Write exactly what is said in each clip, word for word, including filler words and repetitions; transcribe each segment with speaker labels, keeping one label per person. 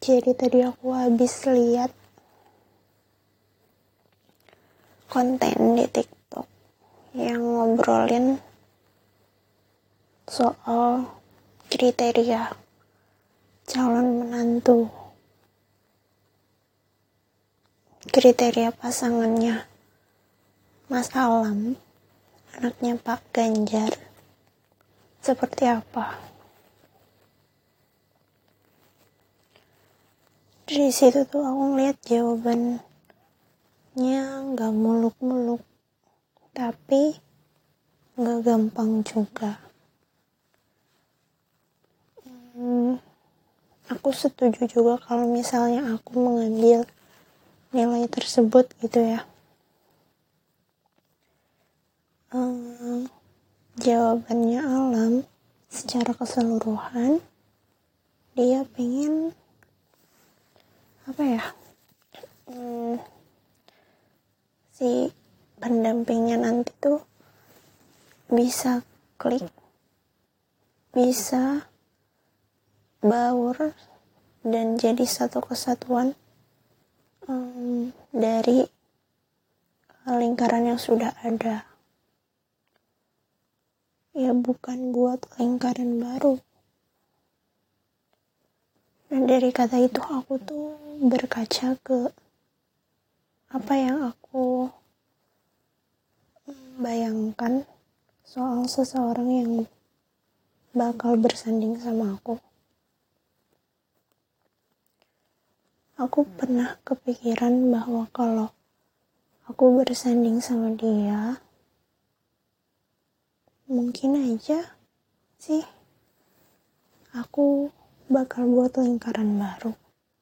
Speaker 1: Jadi tadi aku habis lihat konten di TikTok yang ngobrolin soal kriteria calon menantu, kriteria pasangannya Mas Alam, anaknya Pak Ganjar, seperti apa. Dari situ tuh aku ngeliat jawabannya gak muluk-muluk, tapi gak gampang juga. Hmm, aku setuju juga kalau misalnya aku mengambil nilai tersebut gitu ya. Hmm, jawabannya Alam secara keseluruhan, dia pengen apa ya, hmm, si pendampingnya nanti tuh bisa klik, bisa baur dan jadi satu kesatuan um, dari lingkaran yang sudah ada. Ya bukan buat lingkaran baru. Dan dari kata itu aku tuh berkaca ke apa yang aku bayangkan soal seseorang yang bakal bersanding sama aku. Aku pernah kepikiran bahwa kalau aku bersanding sama dia, mungkin aja sih aku bakal buat lingkaran baru.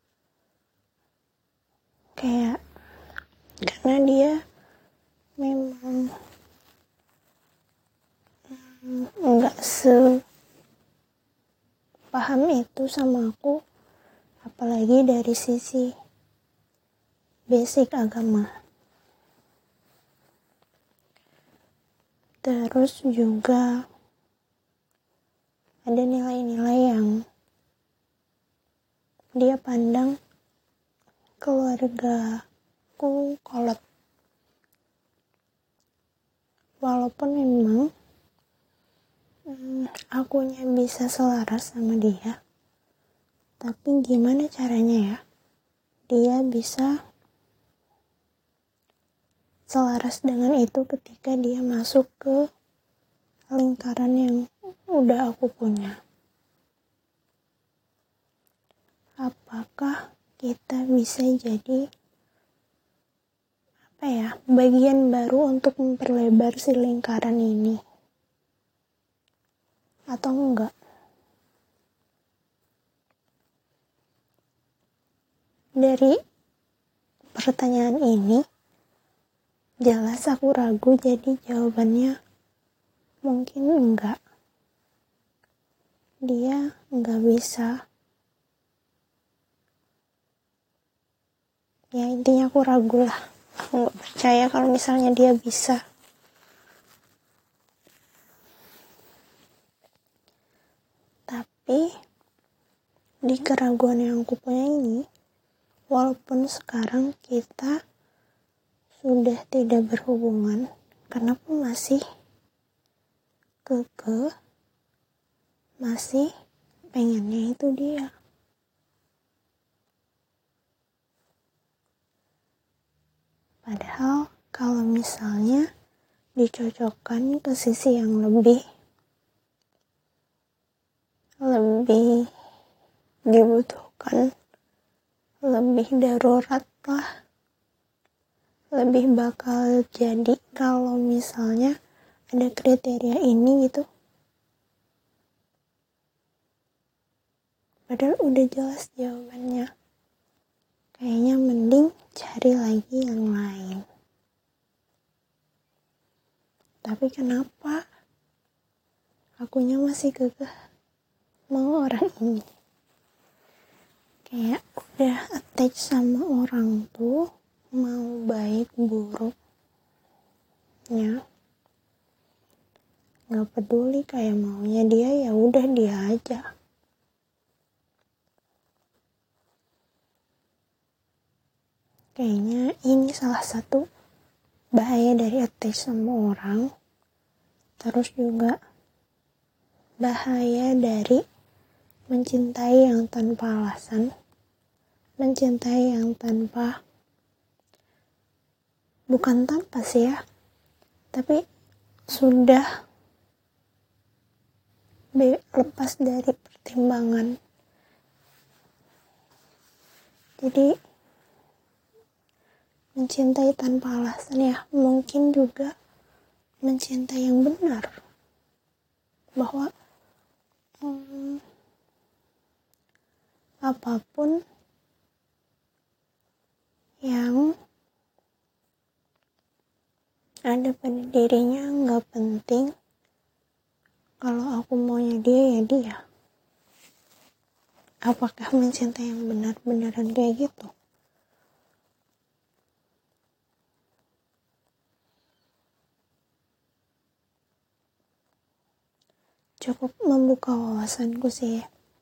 Speaker 1: Kayak karena dia memang enggak sepaham itu sama aku, apalagi dari sisi basic agama. Terus juga ada nilai-nilai yang dia pandang keluargaku kolot. Walaupun memang hmm, akunya bisa selaras sama dia, tapi gimana caranya ya dia bisa selaras dengan itu ketika dia masuk ke lingkaran yang udah aku punya. Apakah kita bisa jadi apa ya, bagian baru untuk memperlebar si lingkaran ini atau enggak? Dari pertanyaan ini jelas aku ragu, jadi jawabannya mungkin enggak. Dia enggak bisa. Ya intinya aku ragu lah. Aku enggak percaya kalau misalnya dia bisa. Tapi di keraguan yang aku punya ini, walaupun sekarang kita sudah tidak berhubungan, kenapa masih kekeh, masih pengennya itu dia. Padahal kalau misalnya dicocokkan ke sisi yang lebih lebih dibutuhkan, lebih darurat lah, lebih bakal jadi kalau misalnya ada kriteria ini gitu. Padahal udah jelas jawabannya. Kayaknya mending cari lagi yang lain. Tapi kenapa akunya masih kekeh mau orang ini? Kayak udah attach sama orang tuh, mau baik buruk ya nggak peduli, kayak maunya dia ya udah dia aja. kayaknya ini salah satu bahaya dari attach sama orang. Terus juga bahaya dari mencintai yang tanpa alasan, mencintai yang tanpa, bukan tanpa sih ya, tapi sudah be- lepas dari pertimbangan. Jadi mencintai tanpa alasan ya, mungkin juga mencintai yang benar, bahwa hmm, apapun yang ada pada dirinya nggak penting, kalau aku maunya dia ya dia. Apakah mencintai yang benar-benaran kayak gitu? Cukup membuka wawasanku sih.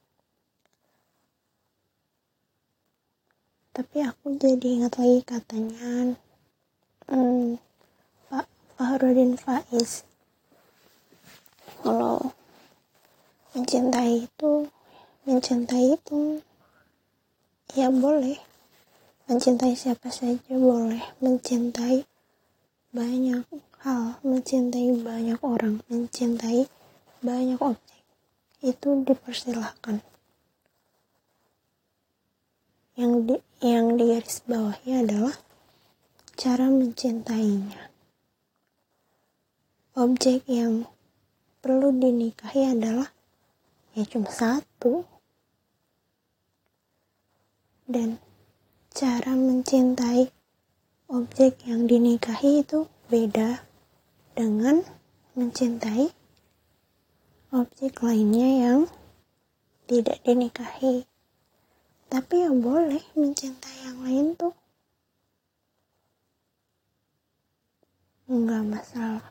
Speaker 1: Tapi aku jadi ingat lagi katanya hmm, Pak Fahrudin Faiz, kalau mencintai itu mencintai itu ya boleh, mencintai siapa saja boleh, mencintai banyak hal, mencintai banyak orang, mencintai banyak objek, itu dipersilahkan. Yang di, yang di garis bawahnya adalah cara mencintainya. Objek yang perlu dinikahi adalah ya cuma satu. Dan cara mencintai objek yang dinikahi itu beda dengan mencintai objek lainnya yang tidak dinikahi. Tapi ya boleh mencintai yang lain tuh, enggak masalah.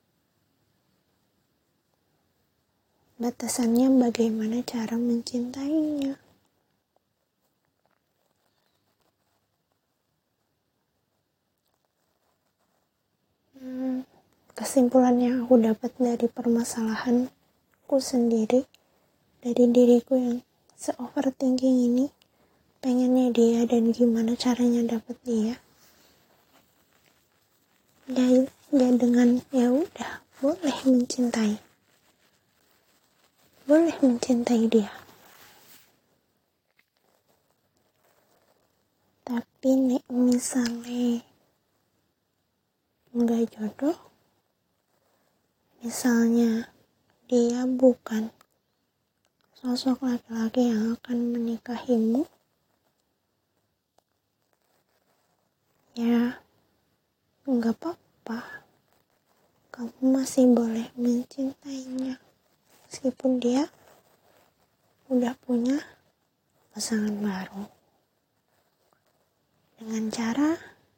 Speaker 1: Batasannya bagaimana cara mencintainya. Hmm, kesimpulan yang aku dapat dari permasalahanku sendiri, dari diriku yang se-overthinking ini, pengennya dia dan gimana caranya dapet dia. Ya, ya dengan ya udah boleh mencintai. Boleh mencintai dia. Tapi nek misalnya enggak jodoh, misalnya dia bukan sosok laki-laki yang akan menikahimu, ya enggak apa-apa. Kamu masih boleh mencintainya meskipun dia udah punya pasangan baru, dengan cara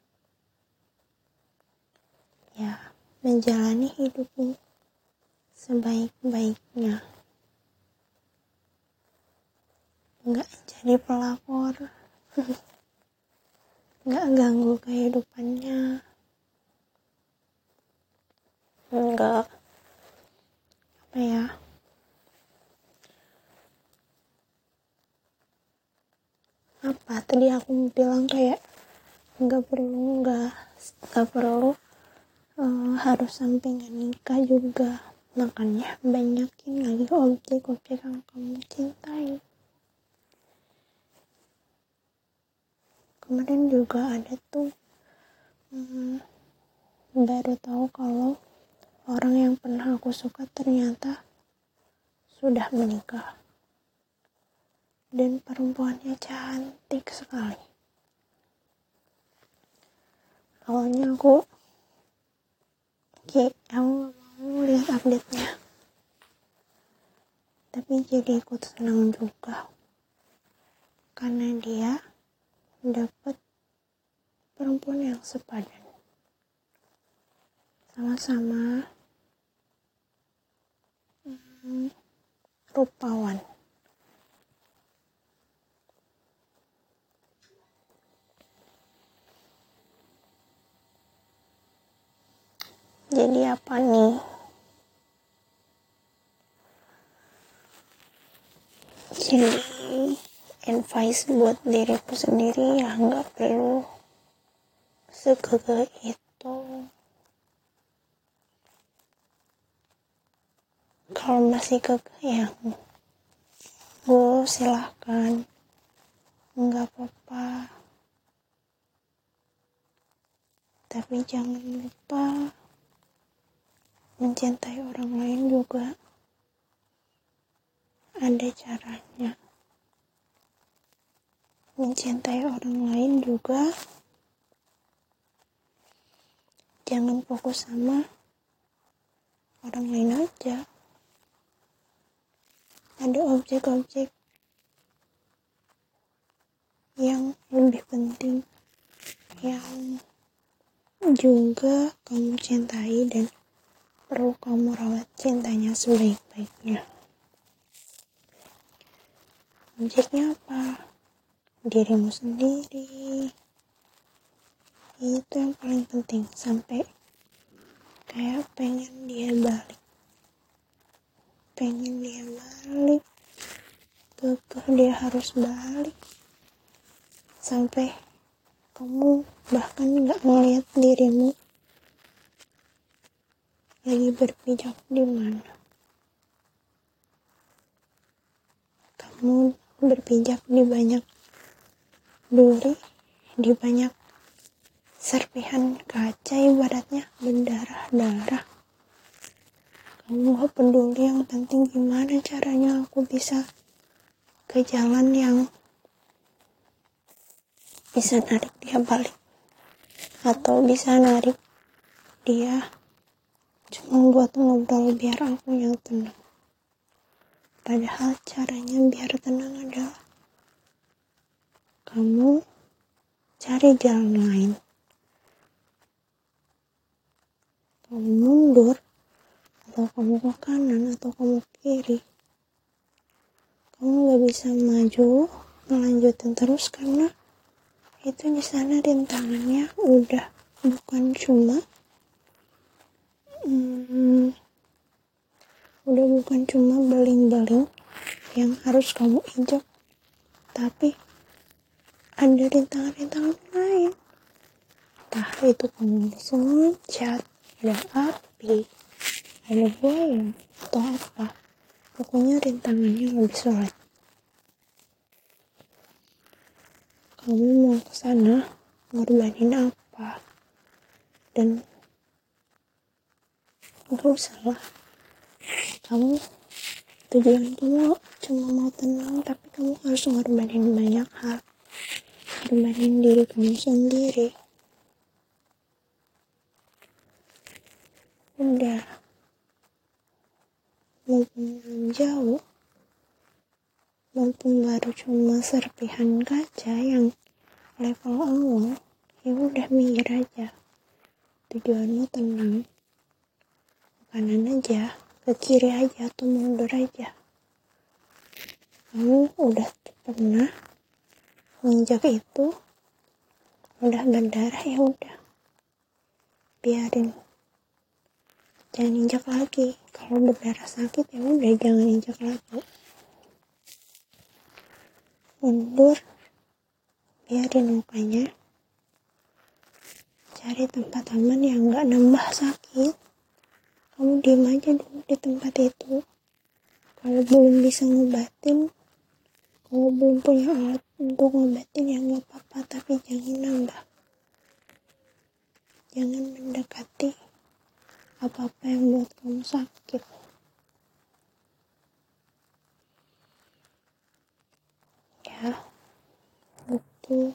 Speaker 1: ya menjalani hidupmu sebaik-baiknya, nggak jadi pelakor, nggak ganggu kehidupannya, nggak apa ya, apa tadi aku bilang kayak nggak perlu nggak nggak perlu uh, harus sampai nggak nikah juga. Makanya banyakin lagi objek-objek yang kamu cintai. Kemarin juga ada tuh hmm, baru tahu kalau orang yang pernah aku suka ternyata sudah menikah, dan perempuannya cantik sekali. Awalnya aku kayak aku mau lihat update-nya, tapi jadi ikut senang juga karena dia dapat perempuan yang sepadan, sama-sama hmm, rupawan. Jadi apa nih? Jadi advice buat diriku sendiri ya nggak perlu segegeh itu. Kalau masih kekeh ya gue silahkan, nggak apa-apa. Tapi jangan lupa mencintai orang lain juga ada caranya. Mencintai orang lain juga jangan fokus sama orang lain aja. Ada objek-objek yang lebih penting yang juga kamu cintai dan perlu kamu rawat cintanya sebaik-baiknya. Objeknya apa? Dirimu sendiri. Itu yang paling penting, sampai kayak pengen dia balik. Pengen dia balik. Kekeh dia harus balik. Sampai kamu bahkan gak ngeliat dirimu lagi berpijak di mana. Kamu berpijak di banyak duri, di banyak serpihan kaca ibaratnya berdarah-darah. Kamu gak peduli, yang penting gimana caranya aku bisa ke jalan yang bisa narik dia balik, atau bisa narik dia cuma buat ngobrol biar aku yang tenang. Padahal caranya biar tenang adalah kamu cari jalan lain. Kamu mundur, atau kamu ke kanan, atau kamu ke kiri. Kamu gak bisa maju, melanjutin terus, karena itu di sana rintangannya udah bukan cuma hmm, udah bukan cuma beling-beling yang harus kamu injak, tapi ada rintangan-rintangan lain. Entah itu kamu bisa loncat, ada api, ada buaya, atau apa. Pokoknya rintangannya lebih sulit. Kamu mau ke sana ngorbanin apa? Dan enggak usah lah. Kamu tujuan kamu cuma mau tenang, tapi kamu harus ngorbanin banyak hal. Ngorbanin diri kamu sendiri. Udah, mumpung belum jauh, mumpung baru cuma serpihan kaca yang level awal, ya udah minggir aja. Tujuanmu tenang, ke kanan aja, ke kiri aja, atau mundur aja. Kamu udah pernah menginjak itu, udah berdarah, ya udah, biarin. Jangan injak lagi. Kalau berdarah sakit, ya udah jangan injak lagi. Mundur, biarin lukanya. Cari tempat aman yang gak nambah sakit. Kamu diam aja dulu di tempat itu. Kalau belum bisa ngobatin, kalau belum punya alat untuk ngobatin, ya gak apa-apa, tapi jangan nambah. Jangan mendekati apa-apa yang buat kamu sakit. Ya, itu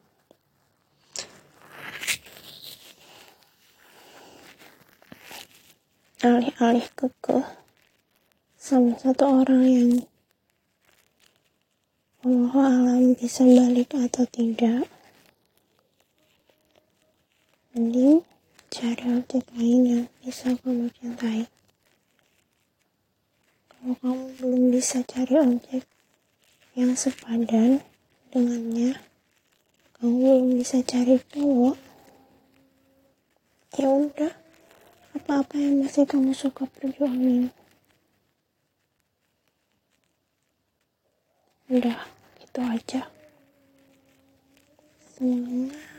Speaker 1: alih-alih kekeh sama satu orang yang Allah alam bisa balik atau tidak, mending cari objek lain yang bisa kamu cintai. Kalau kamu belum bisa cari objek yang sepadan dengannya, kamu belum bisa cari cowok, ya udah, apa-apa yang masih kamu suka perjuangin. Udah, itu aja. Semangat.